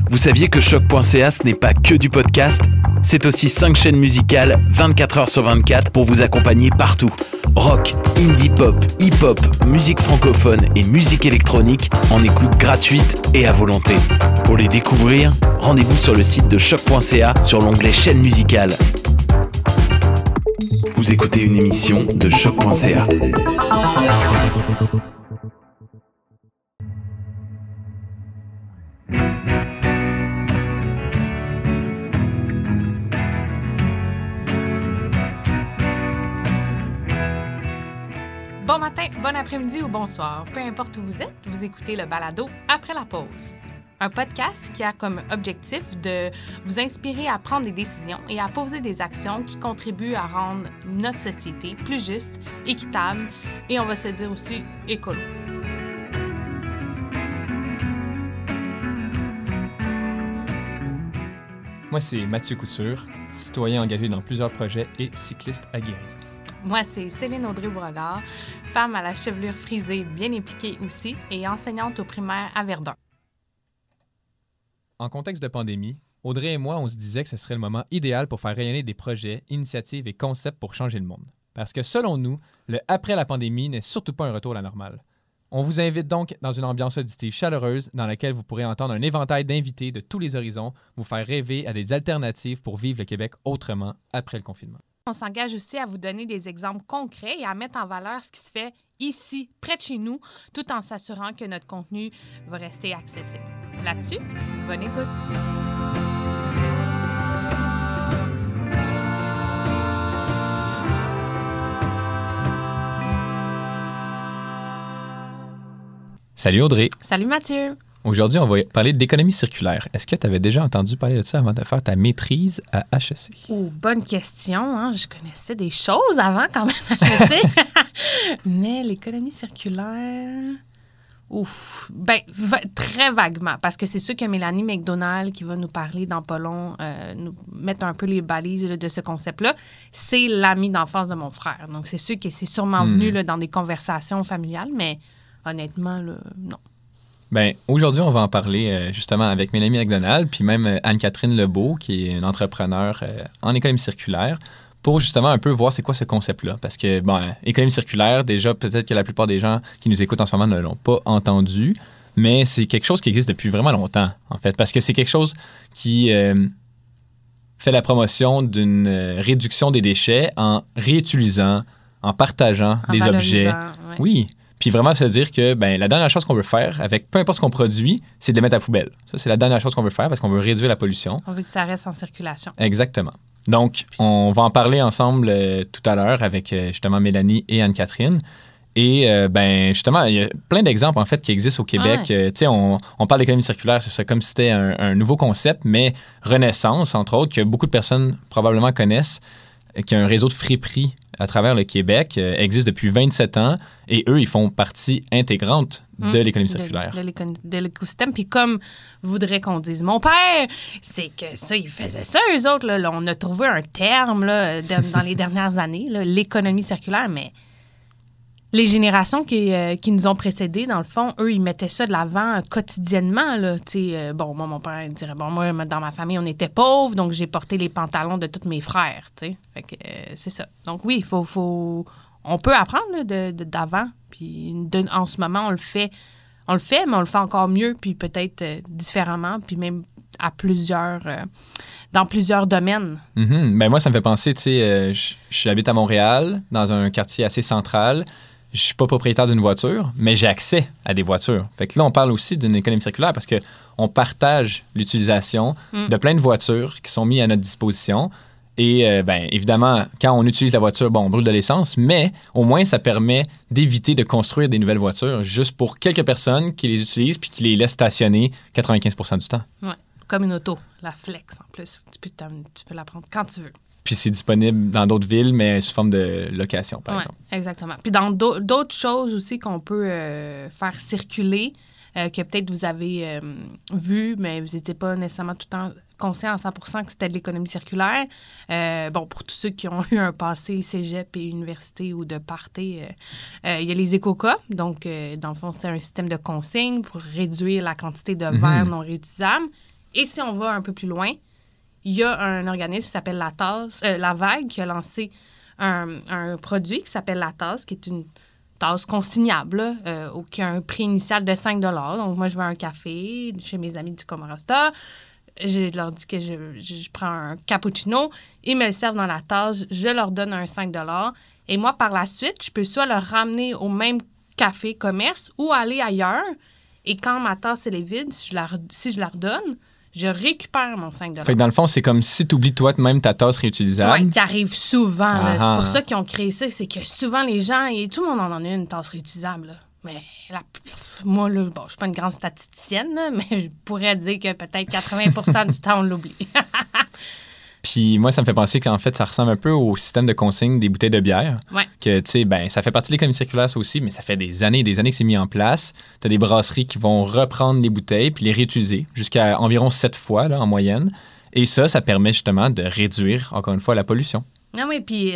Vous saviez que Choc.ca, ce n'est pas que du podcast? C'est aussi 5 chaînes musicales, 24 heures sur 24, pour vous accompagner partout. Rock, indie pop, hip-hop, musique francophone et musique électronique en écoute gratuite et à volonté. Pour les découvrir, rendez-vous sur le site de Choc.ca sur l'onglet chaîne musicale. Vous écoutez une émission de Choc.ca. Bon matin, bon après-midi ou bonsoir, peu importe où vous êtes, vous écoutez le balado Après la pause. Un podcast qui a comme objectif de vous inspirer à prendre des décisions et à poser des actions qui contribuent à rendre notre société plus juste, équitable et on va se dire aussi écolo. Moi, c'est Mathieu Couture, citoyen engagé dans plusieurs projets et cycliste aguerri. Moi, c'est Céline Audrey-Beauregard, femme à la chevelure frisée bien impliquée aussi et enseignante au primaire à Verdun. En contexte de pandémie, Audrey et moi, on se disait que ce serait le moment idéal pour faire rayonner des projets, initiatives et concepts pour changer le monde. Parce que selon nous, le après la pandémie n'est surtout pas un retour à la normale. On vous invite donc dans une ambiance auditive chaleureuse dans laquelle vous pourrez entendre un éventail d'invités de tous les horizons, vous faire rêver à des alternatives pour vivre le Québec autrement après le confinement. On s'engage aussi à vous donner des exemples concrets et à mettre en valeur ce qui se fait ici, près de chez nous, tout en s'assurant que notre contenu va rester accessible. Là-dessus, bonne écoute! Salut Audrey! Salut Mathieu! Aujourd'hui, on va parler d'économie circulaire. Est-ce que tu avais déjà entendu parler de ça avant de faire ta maîtrise à HEC? Oh, bonne question. Hein? Je connaissais des choses avant quand même à HEC. Mais l'économie circulaire... Ouf! Ben, très vaguement. Parce que c'est sûr que Mélanie McDonald, qui va nous parler dans pas long, nous mettre un peu les balises là, de ce concept-là, c'est l'amie d'enfance de mon frère. Donc, c'est sûr que c'est sûrement venu là, dans des conversations familiales, mais honnêtement, là, non. Bien, aujourd'hui, on va en parler justement avec Mélanie McDonald, puis même Anne-Catherine Lebeau, qui est une entrepreneure en économie circulaire, pour justement un peu voir c'est quoi ce concept-là. Parce que, bon, économie circulaire, déjà, peut-être que la plupart des gens qui nous écoutent en ce moment ne l'ont pas entendu, mais c'est quelque chose qui existe depuis vraiment longtemps, en fait, parce que c'est quelque chose qui fait la promotion d'une réduction des déchets en réutilisant, en partageant des objets. Ouais. Oui. Puis vraiment, se dire que la dernière chose qu'on veut faire avec peu importe ce qu'on produit, c'est de les mettre à la poubelle. Ça, c'est la dernière chose qu'on veut faire parce qu'on veut réduire la pollution. On veut que ça reste en circulation. Exactement. Donc, on va en parler ensemble tout à l'heure avec justement Mélanie et Anne-Catherine. Et justement, il y a plein d'exemples en fait qui existent au Québec. Ah ouais. Tu sais, on parle d'économie circulaire, c'est ça, comme si c'était un nouveau concept, mais Renaissance, entre autres, que beaucoup de personnes probablement connaissent, qui a un réseau de friperies à travers le Québec, existe depuis 27 ans et eux, ils font partie intégrante de l'économie circulaire. De l'écosystème. Puis comme voudrait qu'on dise mon père, c'est que ça, ils faisaient ça, eux autres. Là, on a trouvé un terme là, dans les dernières années, là, l'économie circulaire, mais les générations qui nous ont précédés, dans le fond, eux, ils mettaient ça de l'avant quotidiennement. Là, bon, moi, mon père il dirait, bon, moi, dans ma famille, on était pauvres, donc j'ai porté les pantalons de tous mes frères. Fait que c'est ça. Donc oui, on peut apprendre là, d'avant. Puis en ce moment, on le fait, mais on le fait encore mieux, puis peut-être différemment, puis même dans plusieurs domaines. Mm-hmm. Ben moi, ça me fait penser, tu sais, j'habite à Montréal, dans un quartier assez central. Je suis pas propriétaire d'une voiture, mais j'ai accès à des voitures. Fait que là, on parle aussi d'une économie circulaire parce qu'on partage l'utilisation de plein de voitures qui sont mises à notre disposition. Et évidemment, quand on utilise la voiture, on brûle de l'essence, mais au moins, ça permet d'éviter de construire des nouvelles voitures juste pour quelques personnes qui les utilisent puis qui les laissent stationner 95% du temps. Oui, comme une auto, la Flex en plus. Tu peux la prendre quand tu veux. Puis c'est disponible dans d'autres villes, mais sous forme de location, par exemple. Exactement. Puis dans d'autres choses aussi qu'on peut faire circuler, que peut-être vous avez vu, mais vous n'étiez pas nécessairement tout le temps conscient à 100% que c'était de l'économie circulaire. Pour tous ceux qui ont eu un passé cégep et université ou de party, il y a les éco-cas. Donc, dans le fond, c'est un système de consigne pour réduire la quantité de verre non réutilisable. Et si on va un peu plus loin, il y a un organisme qui s'appelle La Vague qui a lancé un produit qui s'appelle la tasse, qui est une tasse consignable, qui a un prix initial de 5 $. Donc, moi, je veux un café chez mes amis du Comorosta. Je leur dis que je prends un cappuccino. Ils me le servent dans la tasse. Je leur donne un 5 $. Et moi, par la suite, je peux soit le ramener au même café commerce ou aller ailleurs. Et quand ma tasse elle est vide, si je la redonne, je récupère mon 5 $. Fait que dans le fond, c'est comme si tu oublies toi-même ta tasse réutilisable. Oui, qui arrive souvent. Là. C'est pour ça qu'ils ont créé ça. C'est que souvent, les gens, et tout le monde en a une tasse réutilisable. Là. Mais moi, là, bon, je suis pas une grande statisticienne, là, mais je pourrais dire que peut-être 80% du temps, on l'oublie. Puis moi, ça me fait penser qu'en fait, ça ressemble un peu au système de consigne des bouteilles de bière. Ouais. Que, tu sais, ben, ça fait partie de l'économie circulaire, ça aussi, mais ça fait des années et des années que c'est mis en place. Tu as des brasseries qui vont reprendre les bouteilles puis les réutiliser jusqu'à environ 7 fois là, en moyenne. Et ça permet justement de réduire, encore une fois, la pollution. Ah oui, puis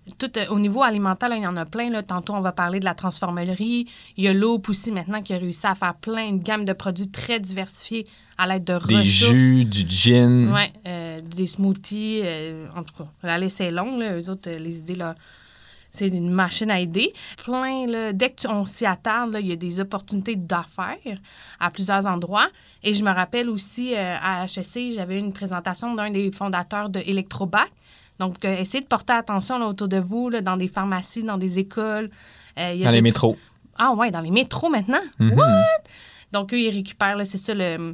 au niveau alimentaire, là, il y en a plein. Là. Tantôt, on va parler de la transformellerie. Il y a Loop aussi maintenant qui a réussi à faire une gamme de produits très diversifiés à l'aide de ressources. Des jus, du gin. Oui, des smoothies. En tout cas, la liste est longue. Là. Eux autres, les idées, là, c'est une machine à aider. Plein, là, dès qu'on s'y attarde, là, il y a des opportunités d'affaires à plusieurs endroits. Et je me rappelle aussi, à HEC, j'avais une présentation d'un des fondateurs de Electrobac. Donc, essayez de porter attention là, autour de vous, là, dans des pharmacies, dans des écoles. Dans les métros. Ah ouais, dans les métros maintenant? Mm-hmm. What? Donc, eux, ils récupèrent, là, c'est ça, le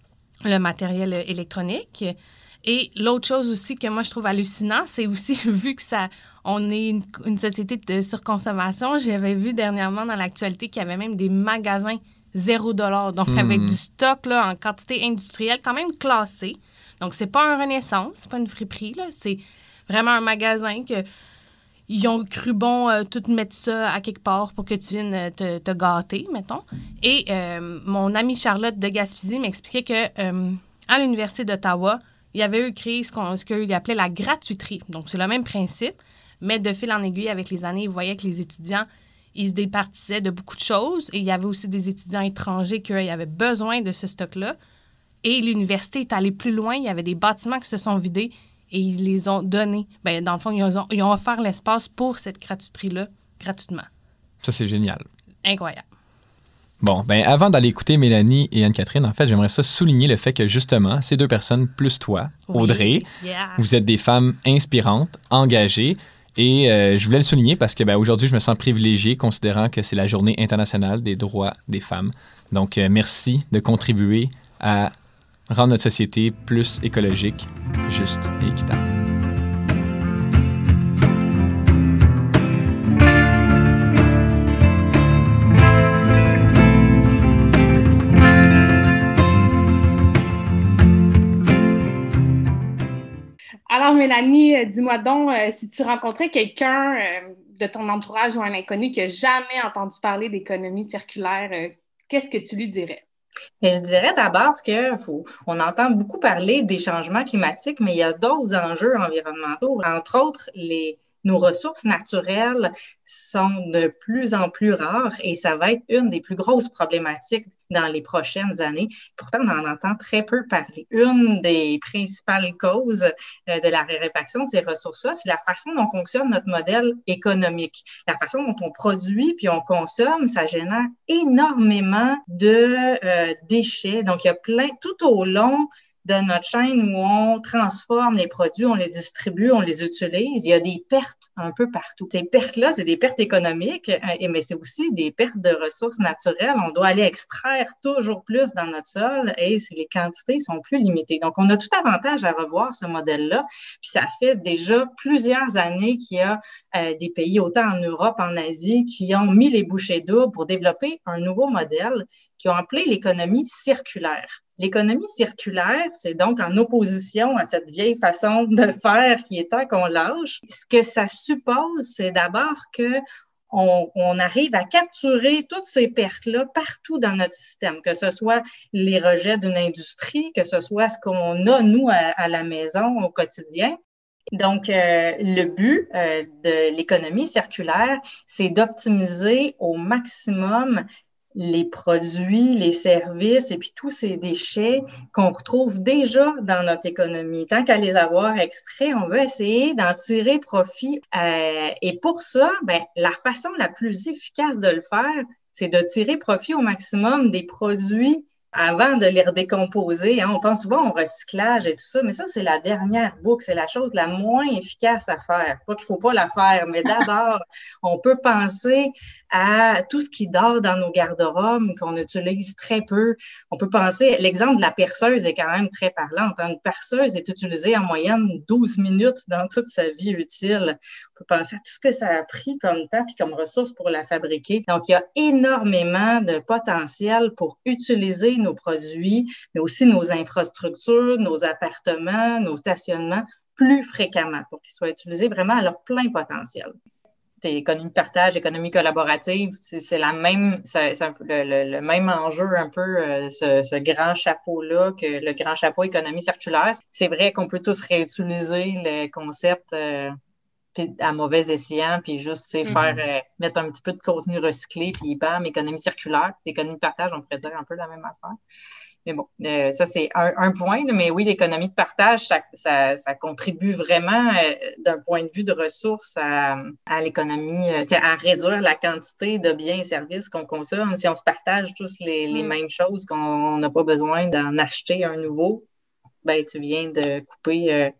matériel électronique. Et l'autre chose aussi que moi, je trouve hallucinant, c'est aussi, vu que on est une société de surconsommation, j'avais vu dernièrement dans l'actualité qu'il y avait même des magasins 0 $. Donc, avec du stock là, en quantité industrielle quand même classé. Donc, c'est pas un Renaissance, c'est pas une friperie, là. C'est vraiment un magasin que ils ont cru bon tout mettre ça à quelque part pour que tu viennes te gâter, mettons. Et mon amie Charlotte de Gaspésie m'expliquait que à l'Université d'Ottawa, il y avait eu créé ce qu'ils appelaient la gratuiterie. Donc, c'est le même principe, mais de fil en aiguille, avec les années, ils voyaient que les étudiants, ils se départissaient de beaucoup de choses. Et il y avait aussi des étudiants étrangers qui avaient besoin de ce stock-là. Et l'université est allée plus loin. Il y avait des bâtiments qui se sont vidés et ils les ont donnés. Bien, dans le fond, ils ont offert l'espace pour cette gratuiterie-là, gratuitement. Ça, c'est génial. Incroyable. Bon, ben avant d'aller écouter Mélanie et Anne-Catherine, en fait, j'aimerais ça souligner le fait que, justement, ces deux personnes, plus toi, Audrey, vous êtes des femmes inspirantes, engagées. Et je voulais le souligner parce que aujourd'hui, je me sens privilégié considérant que c'est la Journée internationale des droits des femmes. Donc, merci de contribuer à rendre notre société plus écologique, juste et équitable. Alors, Mélanie, dis-moi donc, si tu rencontrais quelqu'un de ton entourage ou un inconnu qui n'a jamais entendu parler d'économie circulaire, qu'est-ce que tu lui dirais? Mais je dirais d'abord on entend beaucoup parler des changements climatiques, mais il y a d'autres enjeux environnementaux. Entre autres, nos ressources naturelles sont de plus en plus rares et ça va être une des plus grosses problématiques dans les prochaines années. Pourtant, on en entend très peu parler. Une des principales causes de la raréfaction de ces ressources-là, c'est la façon dont fonctionne notre modèle économique. La façon dont on produit puis on consomme, ça génère énormément de déchets. Donc, il y a tout au long de notre chaîne où on transforme les produits, on les distribue, on les utilise, il y a des pertes un peu partout. Ces pertes-là, c'est des pertes économiques, mais c'est aussi des pertes de ressources naturelles. On doit aller extraire toujours plus dans notre sol et les quantités sont plus limitées. Donc, on a tout avantage à revoir ce modèle-là. Puis, ça fait déjà plusieurs années qu'il y a des pays, autant en Europe, en Asie, qui ont mis les bouchées doubles pour développer un nouveau modèle qui ont appelé l'économie circulaire. L'économie circulaire, c'est donc en opposition à cette vieille façon de faire qui est temps qu'on lâche. Ce que ça suppose, c'est d'abord qu'on arrive à capturer toutes ces pertes-là partout dans notre système, que ce soit les rejets d'une industrie, que ce soit ce qu'on a, nous, à la maison au quotidien. Donc, le but de l'économie circulaire, c'est d'optimiser au maximum les produits, les services et puis tous ces déchets qu'on retrouve déjà dans notre économie. Tant qu'à les avoir extraits, on veut essayer d'en tirer profit. Et pour ça, la façon la plus efficace de le faire, c'est de tirer profit au maximum des produits avant de les redécomposer. On pense souvent au recyclage et tout ça, mais ça, c'est la dernière boucle, c'est la chose la moins efficace à faire. Pas qu'il faut pas la faire, mais d'abord, on peut penser à tout ce qui dort dans nos garde-robes, qu'on utilise très peu. On peut penser, l'exemple de la perceuse est quand même très parlant. Une perceuse est utilisée en moyenne 12 minutes dans toute sa vie utile. On peut penser à tout ce que ça a pris comme temps et comme ressources pour la fabriquer. Donc, il y a énormément de potentiel pour utiliser nos produits, mais aussi nos infrastructures, nos appartements, nos stationnements plus fréquemment pour qu'ils soient utilisés vraiment à leur plein potentiel. C'est économie de partage, économie collaborative, c'est la même, c'est un peu le même enjeu un peu, ce grand chapeau-là que le grand chapeau économie circulaire. C'est vrai qu'on peut tous réutiliser le concept à mauvais escient, puis juste mettre un petit peu de contenu recyclé, puis bam, économie circulaire, économie de partage, on pourrait dire un peu la même affaire. Mais bon, ça, c'est un point. Mais oui, l'économie de partage, ça contribue vraiment d'un point de vue de ressources à l'économie, à réduire la quantité de biens et services qu'on consomme. Si on se partage tous les mêmes choses, qu'on n'a pas besoin d'en acheter un nouveau, tu viens de couper,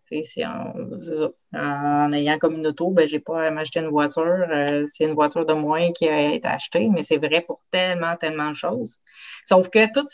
en ayant comme une auto, j'ai pas à m'acheter une voiture. C'est une voiture de moins qui a été achetée, mais c'est vrai pour tellement, tellement de choses. Sauf que toutes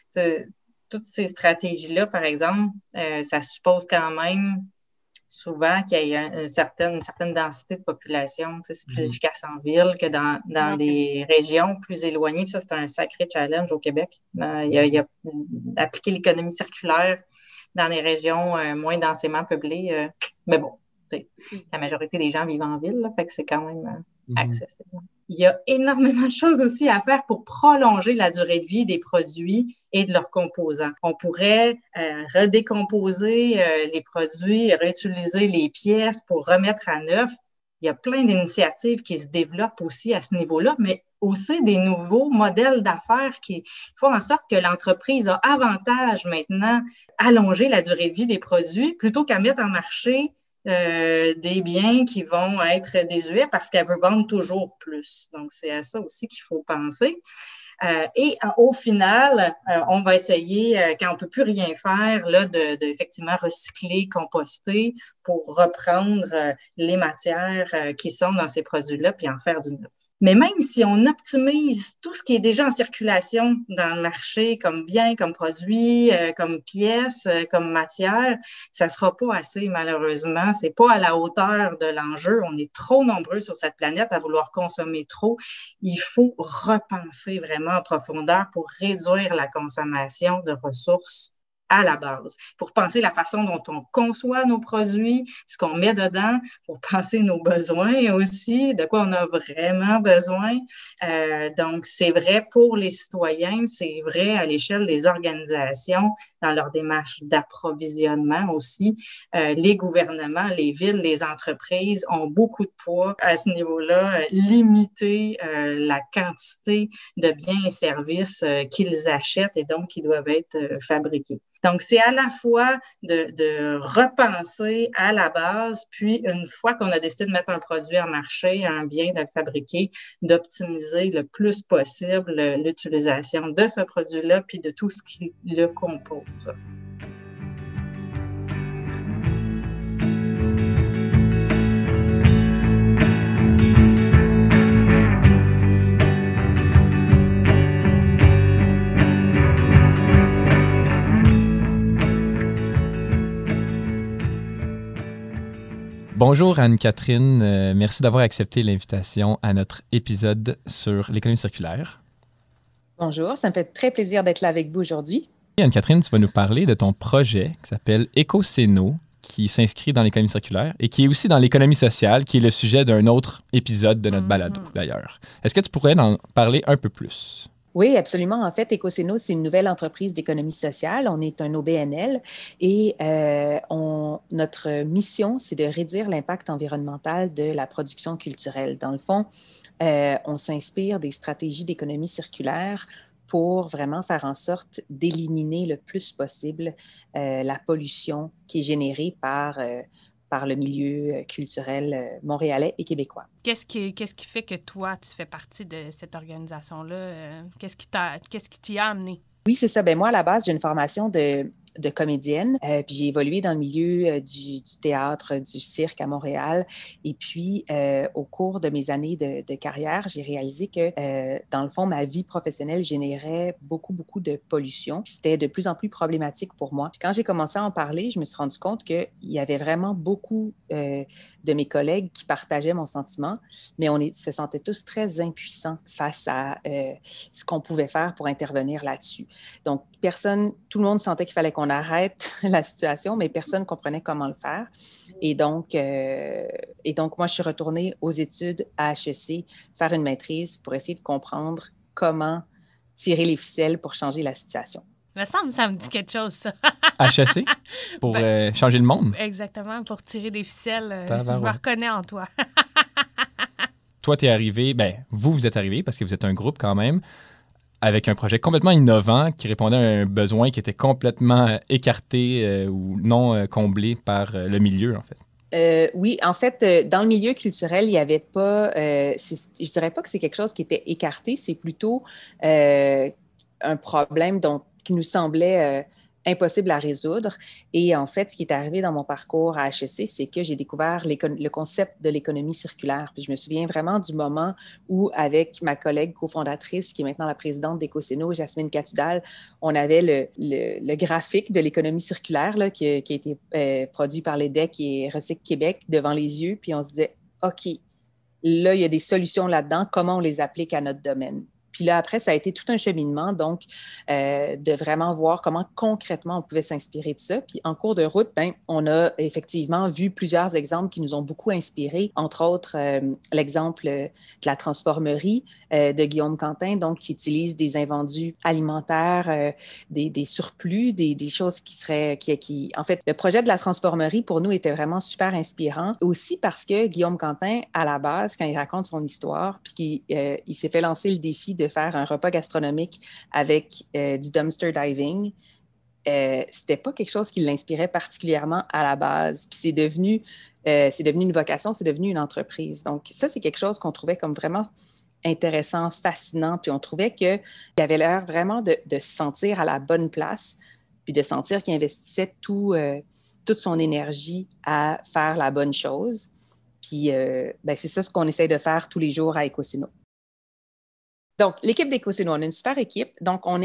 ces stratégies-là, par exemple, ça suppose quand même souvent qu'il y ait une certaine densité de population. C'est plus efficace en ville que dans des régions plus éloignées. Puis ça, c'est un sacré challenge au Québec. Il y a appliquer l'économie circulaire dans les régions moins densément peuplées. Mais bon, la majorité des gens vivent en ville, là, fait que c'est quand même accessible. Il y a énormément de choses aussi à faire pour prolonger la durée de vie des produits et de leurs composants. On pourrait redécomposer les produits, réutiliser les pièces pour remettre à neuf. Il y a plein d'initiatives qui se développent aussi à ce niveau-là, mais aussi des nouveaux modèles d'affaires qui font en sorte que l'entreprise a avantage maintenant à allonger la durée de vie des produits plutôt qu'à mettre en marché des biens qui vont être désuets parce qu'elle veut vendre toujours plus. Donc, c'est à ça aussi qu'il faut penser. Et au final, on va essayer, quand on ne peut plus rien faire, là, de effectivement recycler, composter pour reprendre les matières qui sont dans ces produits-là puis en faire du neuf. Mais même si on optimise tout ce qui est déjà en circulation dans le marché comme biens, comme produits, comme pièces, comme matières, ça ne sera pas assez malheureusement. C'est pas à la hauteur de l'enjeu. On est trop nombreux sur cette planète à vouloir consommer trop. Il faut repenser vraiment en profondeur pour réduire la consommation de ressources à la base, pour penser la façon dont on conçoit nos produits, ce qu'on met dedans, pour penser nos besoins aussi, de quoi on a vraiment besoin. Donc, c'est vrai pour les citoyens, c'est vrai à l'échelle des organisations, dans leur démarche d'approvisionnement aussi. Les gouvernements, les villes, les entreprises ont beaucoup de poids à ce niveau-là, limiter la quantité de biens et services qu'ils achètent et donc qui doivent être fabriqués. Donc, c'est à la fois de repenser à la base, puis une fois qu'on a décidé de mettre un produit en marché, un bien, de le fabriquer, d'optimiser le plus possible l'utilisation de ce produit-là, puis de tout ce qui le compose. Bonjour Anne-Catherine, merci d'avoir accepté l'invitation à notre épisode sur l'économie circulaire. Bonjour, ça me fait très plaisir d'être là avec vous aujourd'hui. Anne-Catherine, tu vas nous parler de ton projet qui s'appelle Écocéno, qui s'inscrit dans l'économie circulaire et qui est aussi dans l'économie sociale, qui est le sujet d'un autre épisode de notre balado d'ailleurs. Est-ce que tu pourrais en parler un peu plus? Oui, absolument. En fait, Ecoseno, c'est une nouvelle entreprise d'économie sociale. On est un OBNL et notre mission, c'est de réduire l'impact environnemental de la production culturelle. Dans le fond, on s'inspire des stratégies d'économie circulaire pour vraiment faire en sorte d'éliminer le plus possible la pollution qui est générée par le milieu culturel montréalais et québécois. Qu'est-ce qui fait que toi, tu fais partie de cette organisation-là? Qu'est-ce qui t'y a amené? Oui, c'est ça. Ben moi, à la base, j'ai une formation de comédienne, puis j'ai évolué dans le milieu du théâtre, du cirque à Montréal. Et puis, au cours de mes années de carrière, j'ai réalisé que, dans le fond, ma vie professionnelle générait beaucoup, beaucoup de pollution. C'était de plus en plus problématique pour moi. Puis quand j'ai commencé à en parler, je me suis rendu compte qu'il y avait vraiment beaucoup de mes collègues qui partageaient mon sentiment, mais se sentaient tous très impuissants face à ce qu'on pouvait faire pour intervenir là-dessus. Donc, tout le monde sentait qu'il fallait qu'on arrête la situation, mais personne ne comprenait comment le faire. Et donc, moi, je suis retournée aux études à HEC, faire une maîtrise pour essayer de comprendre comment tirer les ficelles pour changer la situation. Ça me dit quelque chose, ça. HEC? Pour changer le monde? Exactement, pour tirer des ficelles. Je Ouais. me reconnais en toi. Toi, tu es arrivé, vous êtes arrivé parce que vous êtes un groupe quand même, avec un projet complètement innovant qui répondait à un besoin qui était complètement écarté ou non comblé par le milieu, en fait. Oui, en fait, dans le milieu culturel, il n'y avait pas, je ne dirais pas que c'est quelque chose qui était écarté, c'est plutôt un problème qui nous semblait impossible à résoudre. Et en fait, ce qui est arrivé dans mon parcours à HEC, c'est que j'ai découvert le concept de l'économie circulaire. Puis je me souviens vraiment du moment où, avec ma collègue cofondatrice, qui est maintenant la présidente d'Ecoseno, Jasmine Catudal, on avait le graphique de l'économie circulaire là, qui a été produit par l'EDEC et Recycle Québec devant les yeux. Puis on se disait, OK, là, il y a des solutions là-dedans. Comment on les applique à notre domaine? Puis là, après, ça a été tout un cheminement, donc, de vraiment voir comment concrètement on pouvait s'inspirer de ça. Puis en cours de route, on a effectivement vu plusieurs exemples qui nous ont beaucoup inspirés, entre autres l'exemple de la transformerie de Guillaume Quentin, donc qui utilise des invendus alimentaires, des surplus, des choses qui seraient... En fait, le projet de la transformerie, pour nous, était vraiment super inspirant. Aussi parce que Guillaume Quentin, à la base, quand il raconte son histoire, puis qu'il s'est fait lancer le défi de faire un repas gastronomique avec du dumpster diving, c'était pas quelque chose qui l'inspirait particulièrement à la base. Puis c'est devenu une vocation, c'est devenu une entreprise. Donc ça, c'est quelque chose qu'on trouvait comme vraiment intéressant, fascinant. Puis on trouvait qu'il avait l'air vraiment de se sentir à la bonne place, puis de sentir qu'il investissait toute son énergie à faire la bonne chose. Puis c'est ça ce qu'on essaie de faire tous les jours à Ecoseno. Donc, l'équipe d'Ecoseno, on a une super équipe. Donc, on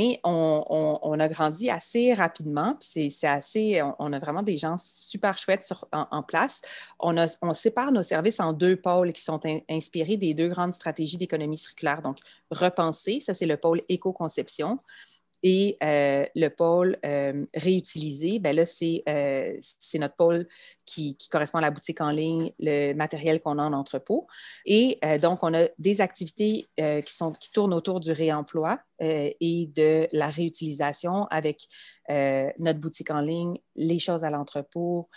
a grandi assez rapidement. Puis on a vraiment des gens super chouettes en place. On sépare nos services en deux pôles qui sont inspirés des deux grandes stratégies d'économie circulaire. Donc, repenser, ça, c'est le pôle éco-conception. Et le pôle réutilisé, là, c'est notre pôle qui correspond à la boutique en ligne, le matériel qu'on a en entrepôt. Et donc, on a des activités qui tournent autour du réemploi et de la réutilisation avec notre boutique en ligne, les choses à l'entrepôt,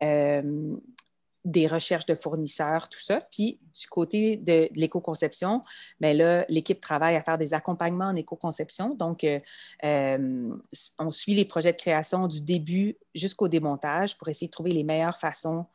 des recherches de fournisseurs, tout ça. Puis, du côté de l'éco-conception, là, l'équipe travaille à faire des accompagnements en éco-conception. Donc, on suit les projets de création du début jusqu'au démontage pour essayer de trouver les meilleures façons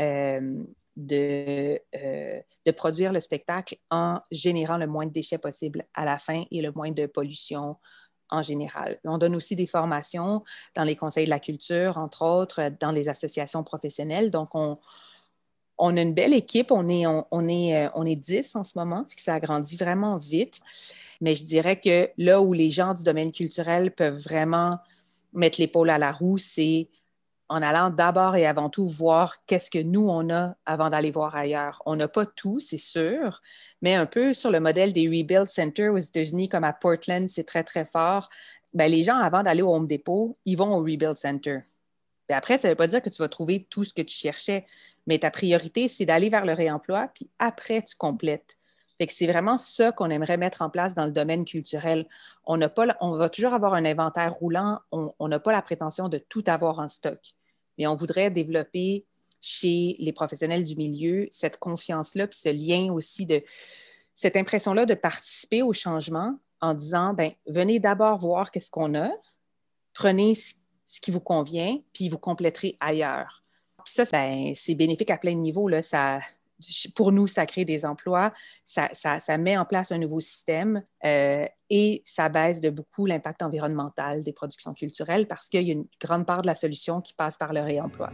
de produire le spectacle en générant le moins de déchets possible à la fin et le moins de pollution en général. On donne aussi des formations dans les conseils de la culture, entre autres, dans les associations professionnelles. Donc, on a une belle équipe, on est 10 en ce moment, ça a grandi vraiment vite. Mais je dirais que là où les gens du domaine culturel peuvent vraiment mettre l'épaule à la roue, c'est en allant d'abord et avant tout voir qu'est-ce que nous, on a avant d'aller voir ailleurs. On n'a pas tout, c'est sûr, mais un peu sur le modèle des Rebuild Centers aux États-Unis, comme à Portland, c'est très, très fort. Les gens, avant d'aller au Home Depot, ils vont au Rebuild Center. Puis après, ça ne veut pas dire que tu vas trouver tout ce que tu cherchais, mais ta priorité, c'est d'aller vers le réemploi, puis après, tu complètes Fait que c'est vraiment ça qu'on aimerait mettre en place dans le domaine culturel. On va toujours avoir un inventaire roulant. On n'a pas la prétention de tout avoir en stock. Mais on voudrait développer chez les professionnels du milieu cette confiance-là, puis ce lien aussi cette impression-là de participer au changement en disant, ben venez d'abord voir qu'est-ce qu'on a, prenez ce qui vous convient, puis vous compléterez ailleurs. Puis ça, ben, c'est bénéfique à plein de niveaux, là. Pour nous, ça crée des emplois, ça met en place un nouveau système et ça baisse de beaucoup l'impact environnemental des productions culturelles parce qu'il y a une grande part de la solution qui passe par le réemploi.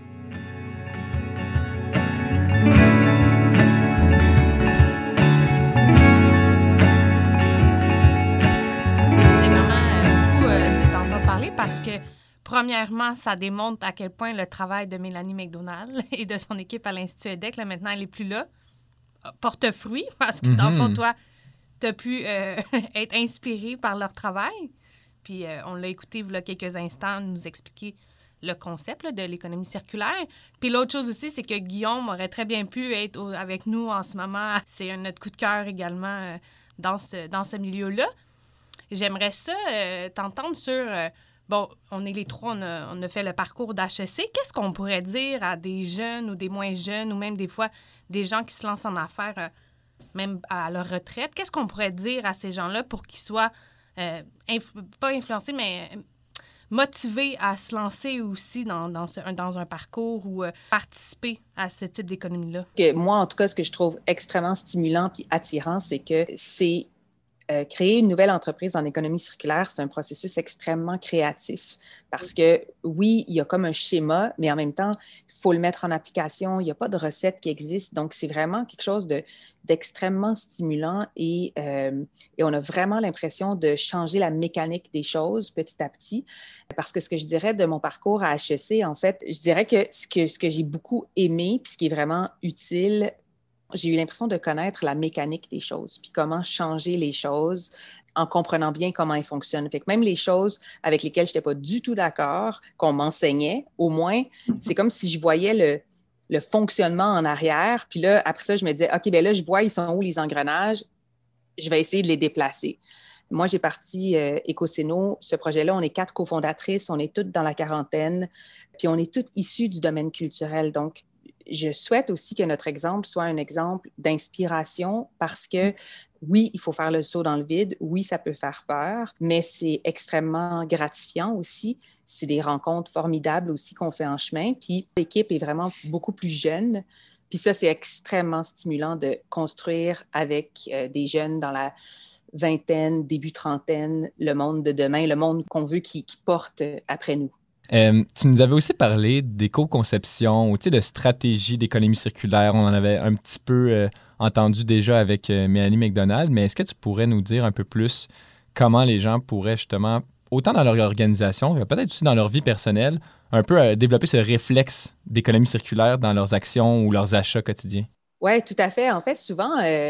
Parce que, premièrement, ça démontre à quel point le travail de Mélanie McDonald et de son équipe à l'Institut EDEC, là, maintenant, elle n'est plus là, porte fruit. Parce que, dans le fond, toi, tu as pu être inspiré par leur travail. Puis, on l'a écouté il y a quelques instants nous expliquer le concept là, de l'économie circulaire. Puis, l'autre chose aussi, c'est que Guillaume aurait très bien pu être avec nous en ce moment. C'est notre coup de cœur également dans ce milieu-là. J'aimerais ça t'entendre sur... bon, on est les trois, on a fait le parcours d'HEC. Qu'est-ce qu'on pourrait dire à des jeunes ou des moins jeunes ou même des fois des gens qui se lancent en affaires, même à leur retraite? Qu'est-ce qu'on pourrait dire à ces gens-là pour qu'ils soient, pas influencés, mais motivés à se lancer aussi dans un parcours ou participer à ce type d'économie-là? Moi, en tout cas, ce que je trouve extrêmement stimulant et attirant, c'est que c'est créer une nouvelle entreprise en économie circulaire, c'est un processus extrêmement créatif parce que, oui, il y a comme un schéma, mais en même temps, il faut le mettre en application. Il n'y a pas de recette qui existe. Donc, c'est vraiment quelque chose d'extrêmement stimulant et on a vraiment l'impression de changer la mécanique des choses petit à petit. Parce que ce que je dirais de mon parcours à HEC, en fait, je dirais que ce que j'ai beaucoup aimé puis ce qui est vraiment utile, j'ai eu l'impression de connaître la mécanique des choses, puis comment changer les choses en comprenant bien comment elles fonctionnent. Fait que même les choses avec lesquelles je n'étais pas du tout d'accord, qu'on m'enseignait, au moins, c'est comme si je voyais le fonctionnement en arrière. Puis là, après ça, je me disais, OK, bien là, je vois, ils sont où les engrenages? Je vais essayer de les déplacer. Moi, j'ai parti Écocéno. Ce projet-là, on est 4 cofondatrices, on est toutes dans la quarantaine, puis on est toutes issues du domaine culturel. Donc, je souhaite aussi que notre exemple soit un exemple d'inspiration parce que, oui, il faut faire le saut dans le vide. Oui, ça peut faire peur, mais c'est extrêmement gratifiant aussi. C'est des rencontres formidables aussi qu'on fait en chemin. Puis l'équipe est vraiment beaucoup plus jeune. Puis ça, c'est extrêmement stimulant de construire avec des jeunes dans la vingtaine, début trentaine, le monde de demain, le monde qu'on veut qui porte après nous. Tu nous avais aussi parlé d'éco-conception ou de stratégie d'économie circulaire. On en avait un petit peu entendu déjà avec Mélanie McDonald, mais est-ce que tu pourrais nous dire un peu plus comment les gens pourraient justement, autant dans leur organisation, peut-être aussi dans leur vie personnelle, un peu développer ce réflexe d'économie circulaire dans leurs actions ou leurs achats quotidiens? Oui, tout à fait. En fait, souvent,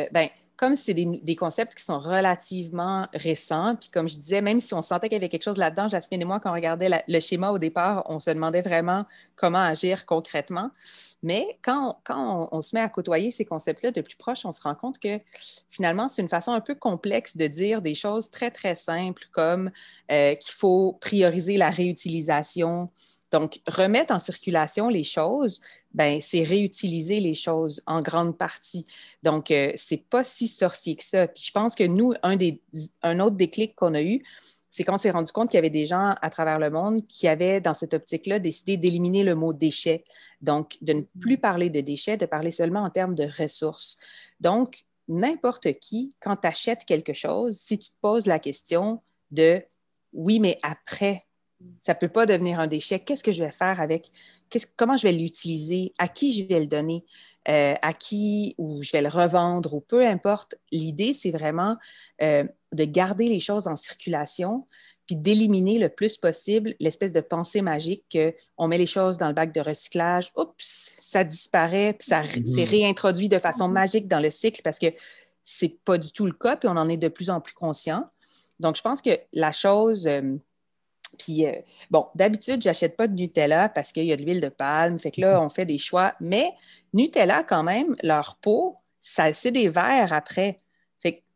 comme c'est des concepts qui sont relativement récents, puis comme je disais, même si on sentait qu'il y avait quelque chose là-dedans, Jasmine et moi, quand on regardait le schéma au départ, on se demandait vraiment comment agir concrètement. Mais quand on se met à côtoyer ces concepts-là de plus proche, on se rend compte que finalement, c'est une façon un peu complexe de dire des choses très, très simples comme qu'il faut prioriser la réutilisation. Donc, remettre en circulation les choses, c'est réutiliser les choses en grande partie. Donc, c'est pas si sorcier que ça. Puis je pense que nous, un autre déclic qu'on a eu, c'est qu'on s'est rendu compte qu'il y avait des gens à travers le monde qui avaient, dans cette optique-là, décidé d'éliminer le mot déchet. Donc, de ne plus parler de déchets, de parler seulement en termes de ressources. Donc, n'importe qui, quand tu achètes quelque chose, si tu te poses la question de « oui, mais après », ça ne peut pas devenir un déchet. Qu'est-ce que je vais faire avec? Comment je vais l'utiliser? À qui je vais le donner? À qui? Ou je vais le revendre? Ou peu importe. L'idée, c'est vraiment de garder les choses en circulation puis d'éliminer le plus possible l'espèce de pensée magique qu'on met les choses dans le bac de recyclage, oups, ça disparaît, puis ça s'est réintroduit de façon magique dans le cycle parce que ce n'est pas du tout le cas, puis on en est de plus en plus conscient. Donc, je pense que la chose... Puis, d'habitude, je n'achète pas de Nutella parce qu'il y a de l'huile de palme. Fait que là, on fait des choix. Mais Nutella, quand même, leur peau, c'est des verres après.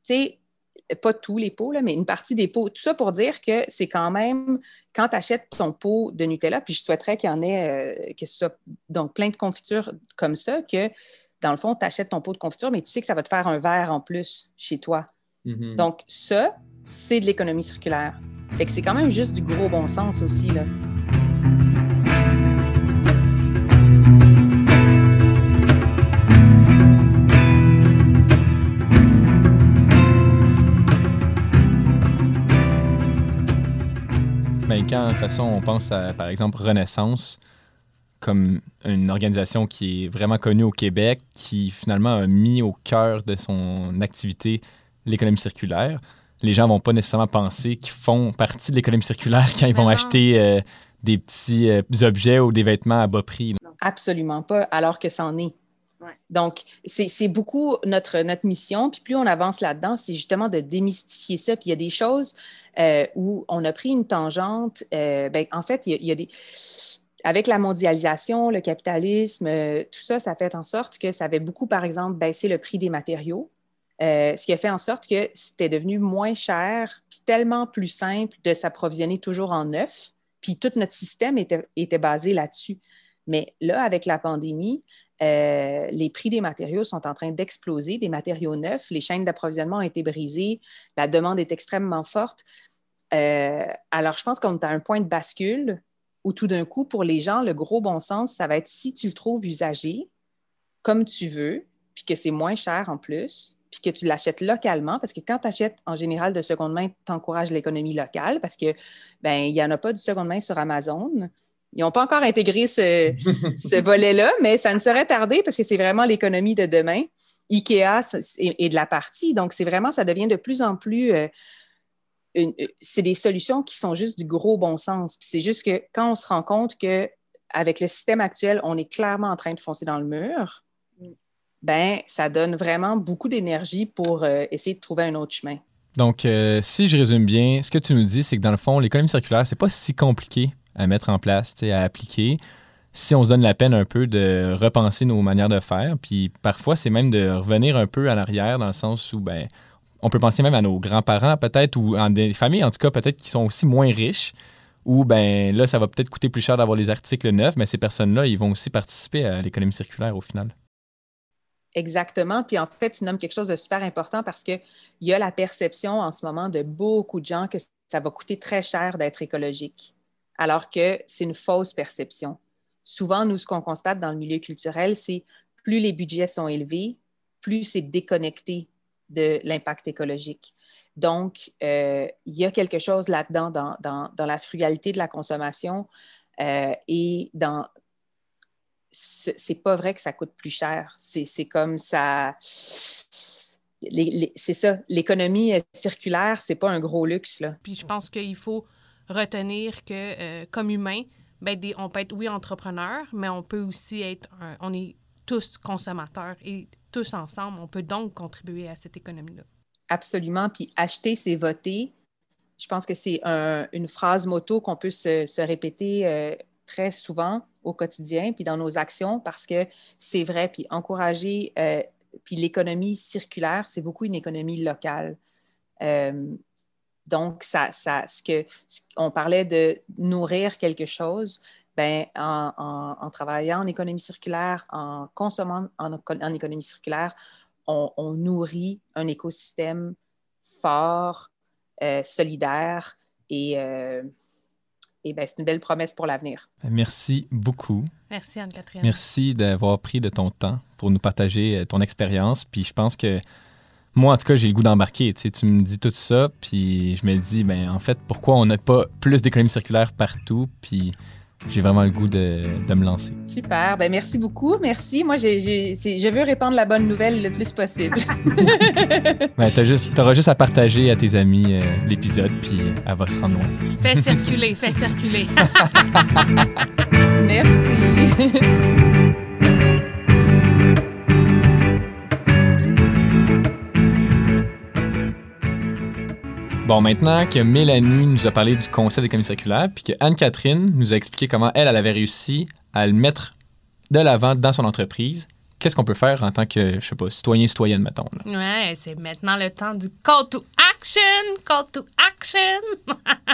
sais, pas tous les pots, là, mais une partie des pots. Tout ça pour dire que c'est quand même, quand tu achètes ton pot de Nutella, puis je souhaiterais qu'il y en ait, que ce soit donc plein de confitures comme ça, que dans le fond, tu achètes ton pot de confiture, mais tu sais que ça va te faire un verre en plus chez toi. Mm-hmm. Donc ça, c'est de l'économie circulaire. Fait que c'est quand même juste du gros bon sens aussi, là. Bien, quand, de toute façon, on pense à, par exemple, Renaissance, comme une organisation qui est vraiment connue au Québec, qui finalement a mis au cœur de son activité l'économie circulaire, les gens ne vont pas nécessairement penser qu'ils font partie de l'économie circulaire quand ils vont acheter des petits objets ou des vêtements à bas prix. Non, absolument pas, alors que c'en est. Ouais. Donc, c'est beaucoup notre mission. Puis plus on avance là-dedans, c'est justement de démystifier ça. Puis il y a des choses où on a pris une tangente. En fait, il y a des... Avec la mondialisation, le capitalisme, tout ça, ça fait en sorte que ça avait beaucoup, par exemple, baissé le prix des matériaux. Ce qui a fait en sorte que c'était devenu moins cher, puis tellement plus simple de s'approvisionner toujours en neuf. Puis tout notre système était basé là-dessus. Mais là, avec la pandémie, les prix des matériaux sont en train d'exploser, des matériaux neufs, les chaînes d'approvisionnement ont été brisées, la demande est extrêmement forte. Alors, je pense qu'on est à un point de bascule où tout d'un coup, pour les gens, le gros bon sens, ça va être si tu le trouves usagé, comme tu veux, puis que c'est moins cher en plus, puis que tu l'achètes localement, parce que quand tu achètes en général de seconde main, tu encourages l'économie locale, parce que il n'y en a pas de seconde main sur Amazon. Ils n'ont pas encore intégré ce volet-là, mais ça ne saurait tarder parce que c'est vraiment l'économie de demain. IKEA est de la partie, donc c'est vraiment, ça devient de plus en plus... c'est des solutions qui sont juste du gros bon sens. Puis c'est juste que quand on se rend compte qu'avec le système actuel, on est clairement en train de foncer dans le mur, ça donne vraiment beaucoup d'énergie pour essayer de trouver un autre chemin. Donc, si je résume bien, ce que tu nous dis, c'est que dans le fond, l'économie circulaire, c'est pas si compliqué à mettre en place, à appliquer, si on se donne la peine un peu de repenser nos manières de faire. Puis parfois, c'est même de revenir un peu en arrière dans le sens où, on peut penser même à nos grands-parents peut-être ou à des familles, en tout cas, peut-être qui sont aussi moins riches, où là, ça va peut-être coûter plus cher d'avoir les articles neufs, mais ces personnes-là, ils vont aussi participer à l'économie circulaire au final. Exactement. Puis en fait, tu nommes quelque chose de super important parce qu'il y a la perception en ce moment de beaucoup de gens que ça va coûter très cher d'être écologique, alors que c'est une fausse perception. Souvent, nous, ce qu'on constate dans le milieu culturel, c'est plus les budgets sont élevés, plus c'est déconnecté de l'impact écologique. Donc, il y a quelque chose là-dedans dans la frugalité de la consommation et dans... C'est pas vrai que ça coûte plus cher. C'est comme ça... c'est ça. L'économie circulaire, c'est pas un gros luxe, là. Puis je pense qu'il faut retenir que, comme humain, on peut être, oui, entrepreneur, mais on peut aussi être... on est tous consommateurs et tous ensemble, on peut donc contribuer à cette économie-là. Absolument. Puis acheter, c'est voter. Je pense que c'est une phrase motto qu'on peut se répéter très souvent au quotidien, puis dans nos actions, parce que c'est vrai. Puis encourager, puis l'économie circulaire, c'est beaucoup une économie locale. Donc, on parlait de nourrir quelque chose. En travaillant en économie circulaire, en consommant en économie circulaire, on nourrit un écosystème fort, solidaire et c'est une belle promesse pour l'avenir. Merci beaucoup. Merci Anne-Catherine. Merci d'avoir pris de ton temps pour nous partager ton expérience. Puis je pense que moi, en tout cas, j'ai le goût d'embarquer. Tu me dis tout ça, puis je me dis, en fait, pourquoi on n'a pas plus d'économie circulaire partout? Puis j'ai vraiment le goût de me lancer. Super. Merci beaucoup. Merci. Moi, je veux répandre la bonne nouvelle le plus possible. T'auras juste à partager à tes amis l'épisode, puis elle va se rendre loin. Fais circuler, fais circuler. Merci. Bon, maintenant que Mélanie nous a parlé du concept d'économie circulaire, puis que Anne-Catherine nous a expliqué comment elle avait réussi à le mettre de l'avant dans son entreprise, qu'est-ce qu'on peut faire en tant que, je sais pas, citoyenne, mettons. Là. Ouais, c'est maintenant le temps du call to action. Call to action.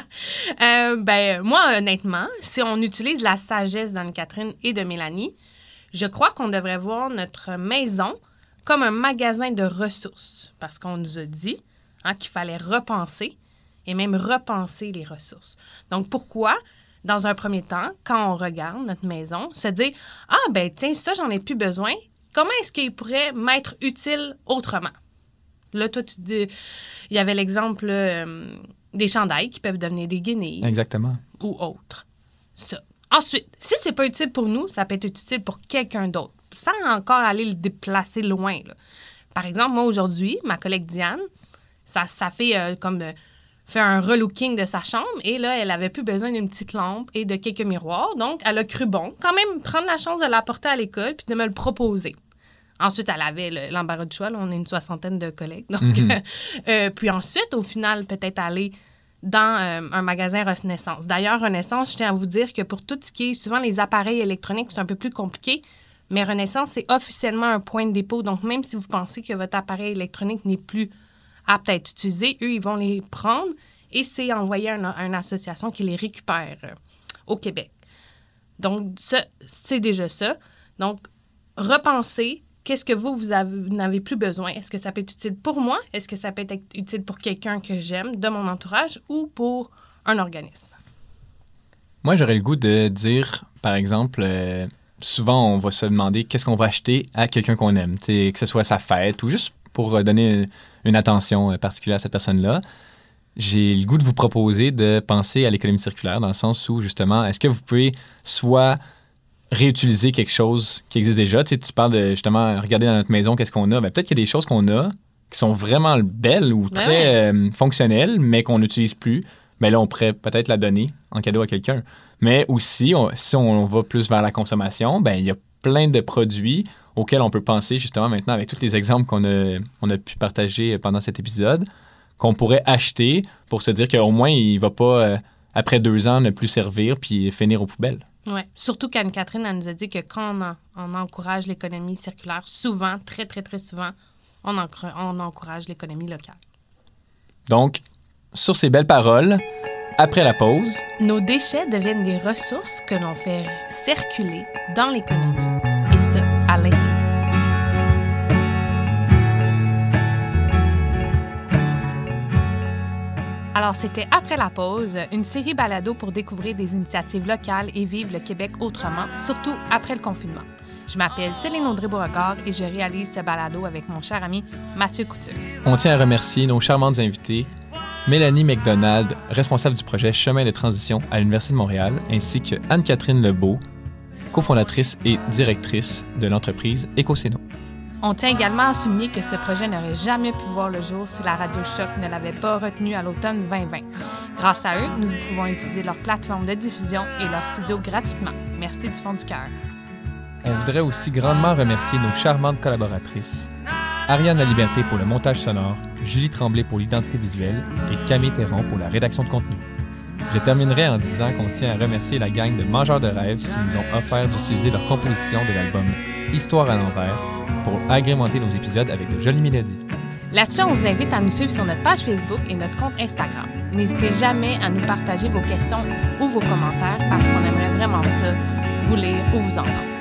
Moi, honnêtement, si on utilise la sagesse d'Anne-Catherine et de Mélanie, je crois qu'on devrait voir notre maison comme un magasin de ressources. Parce qu'on nous a dit qu'il fallait repenser et même repenser les ressources. Donc, pourquoi, dans un premier temps, quand on regarde notre maison, se dire « Ah, ben tiens, ça, j'en ai plus besoin. Comment est-ce qu'il pourrait m'être utile autrement? » Là, toi, il y avait l'exemple des chandails qui peuvent devenir des guenilles. Exactement. Ou autres. Ça. Ensuite, si c'est pas utile pour nous, ça peut être utile pour quelqu'un d'autre, sans encore aller le déplacer loin. Là. Par exemple, moi, aujourd'hui, ma collègue Diane, ça fait fait un relooking de sa chambre et là, elle avait plus besoin d'une petite lampe et de quelques miroirs. Donc, elle a cru bon quand même prendre la chance de l'apporter à l'école puis de me le proposer. Ensuite, elle avait l'embarras du choix. Là, on est une 60aine de collègues. Donc, puis ensuite, au final, peut-être aller dans un magasin Renaissance. D'ailleurs, Renaissance, je tiens à vous dire que pour tout ce qui est souvent les appareils électroniques, c'est un peu plus compliqué. Mais Renaissance, c'est officiellement un point de dépôt. Donc, même si vous pensez que votre appareil électronique n'est plus apte à être utilisé, eux, ils vont les prendre et c'est envoyé à une association qui les récupère au Québec. Donc, ça, c'est déjà ça. Donc, repensez, qu'est-ce que vous n'avez plus besoin? Est-ce que ça peut être utile pour moi? Est-ce que ça peut être utile pour quelqu'un que j'aime, de mon entourage, ou pour un organisme? Moi, j'aurais le goût de dire, par exemple, souvent, on va se demander qu'est-ce qu'on va acheter à quelqu'un qu'on aime, que ce soit sa fête ou juste pour donner une attention particulière à cette personne-là. J'ai le goût de vous proposer de penser à l'économie circulaire dans le sens où, justement, est-ce que vous pouvez soit réutiliser quelque chose qui existe déjà? Tu parles de, justement, regarder dans notre maison qu'est-ce qu'on a. Bien, peut-être qu'il y a des choses qu'on a qui sont vraiment belles ou très fonctionnelles, mais qu'on n'utilise plus. Bien là, on pourrait peut-être la donner en cadeau à quelqu'un. Mais aussi, si on va plus vers la consommation, bien, il y a plein de produits auxquels on peut penser justement maintenant avec tous les exemples qu'on a pu partager pendant cet épisode, qu'on pourrait acheter pour se dire qu'au moins, il ne va pas, après 2 ans, ne plus servir puis finir aux poubelles. Oui. Surtout qu'Anne-Catherine, elle nous a dit que quand on encourage l'économie circulaire, souvent, très, très, très souvent, on encourage l'économie locale. Donc, sur ces belles paroles, après la pause, nos déchets deviennent des ressources que l'on fait circuler dans l'économie, et ce, à l'infini. Alors, c'était Après la pause, une série balado pour découvrir des initiatives locales et vivre le Québec autrement, surtout après le confinement. Je m'appelle Céline Audrey-Beauregard et je réalise ce balado avec mon cher ami Mathieu Couture. On tient à remercier nos charmantes invités, Mélanie McDonald, responsable du projet Chemin de transition à l'Université de Montréal, ainsi que Anne-Catherine Lebeau, cofondatrice et directrice de l'entreprise Écocéno. On tient également à souligner que ce projet n'aurait jamais pu voir le jour si la Radio Choc ne l'avait pas retenu à l'automne 2020. Grâce à eux, nous pouvons utiliser leur plateforme de diffusion et leur studio gratuitement. Merci du fond du cœur. On voudrait aussi grandement remercier nos charmantes collaboratrices, Ariane Laliberté pour le montage sonore, Julie Tremblay pour l'identité visuelle et Camille Théron pour la rédaction de contenu. Je terminerai en disant qu'on tient à remercier la gang de Mangeurs de rêves qui nous ont offert d'utiliser leur composition de l'album Histoire à l'envers pour agrémenter nos épisodes avec de jolies mélodies. Là-dessus, on vous invite à nous suivre sur notre page Facebook et notre compte Instagram. N'hésitez jamais à nous partager vos questions ou vos commentaires parce qu'on aimerait vraiment ça, vous lire ou vous entendre.